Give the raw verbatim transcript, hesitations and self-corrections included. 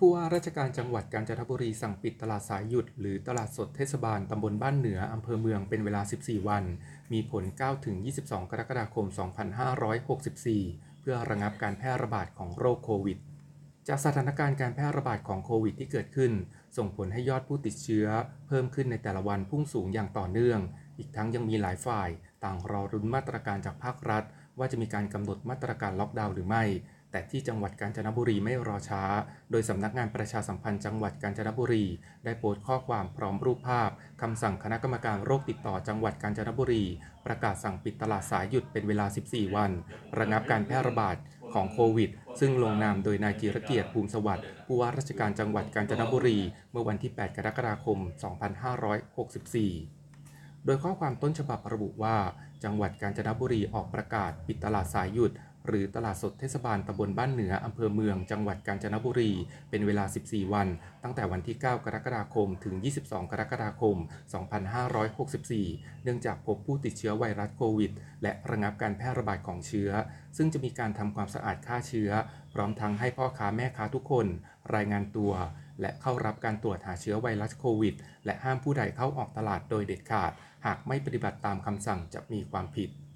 ผู้ว่าราชการจังหวัดกาญจนบุรีสั่งปิดตลาดสายหยุดหรือตลาดสดเทศบาลตำบลบ้านเหนืออำเภอเมืองเป็นเวลา สิบสี่ วัน มีผล เก้าถึงยี่สิบสอง กรกฎาคม สองพันห้าร้อยหกสิบสี่ เพื่อระงับการแพร่ระบาดของโรคโควิด จากสถานการณ์การแพร่ระบาดของโควิดที่เกิดขึ้นส่งผลให้ยอดผู้ติดเชื้อเพิ่มขึ้นในแต่ละวันพุ่งสูงอย่างต่อเนื่องอีกทั้งยังมีหลายฝ่ายต่างรอรุ้นมาตรการจากภาครัฐว่าจะมีการกำหนดมาตรการล็อกดาวน์หรือไม่แต่ที่จังหวัดกาญจนบุรีไม่รอช้าโดยสำนักงานประชาสัมพันธ์จังหวัดกาญจนบุรีได้โพสต์ข้อความพร้อมรูปภาพคำสั่งคณะกรรมการโรคติดต่อจังหวัดกาญจนบุรีประกาศสั่งปิดตลาดสายหยุดเป็นเวลา สิบสี่ วันระงับการแพร่ระบาดของโควิดซึ่งลงนามโดยนายจิรเกียรติภูมิสวัสดิ์ผู้ว่าราชการจังหวัดกาญจนบุรีเมื่อวันที่ แปด กรกฎาคม สองพันห้าร้อยหกสิบสี่ โดยข้อความต้นฉบับระบุว่าจังหวัดกาญจนบุรีออกประกาศปิดตลาดสายหยุดหรือตลาดสดเทศบาลตำบลบ้านเหนืออำเภอเมืองจังหวัดกาญจนบุรีเป็นเวลา สิบสี่ วันตั้งแต่วันที่ เก้า กรกฎาคมถึง ยี่สิบสอง กรกฎาคม สองพันห้าร้อยหกสิบสี่ เนื่องจากพบผู้ติดเชื้อไวรัสโควิดและระงับการแพร่ระบาดของเชื้อซึ่งจะมีการทำความสะอาดฆ่าเชื้อพร้อมทั้งให้พ่อค้าแม่ค้าทุกคนรายงานตัวและเข้ารับการตรวจหาเชื้อไวรัสโควิดและห้ามผู้ใดเข้าออกตลาดโดยเด็ดขาดหากไม่ปฏิบัติตามคำสั่งจะมีความผิด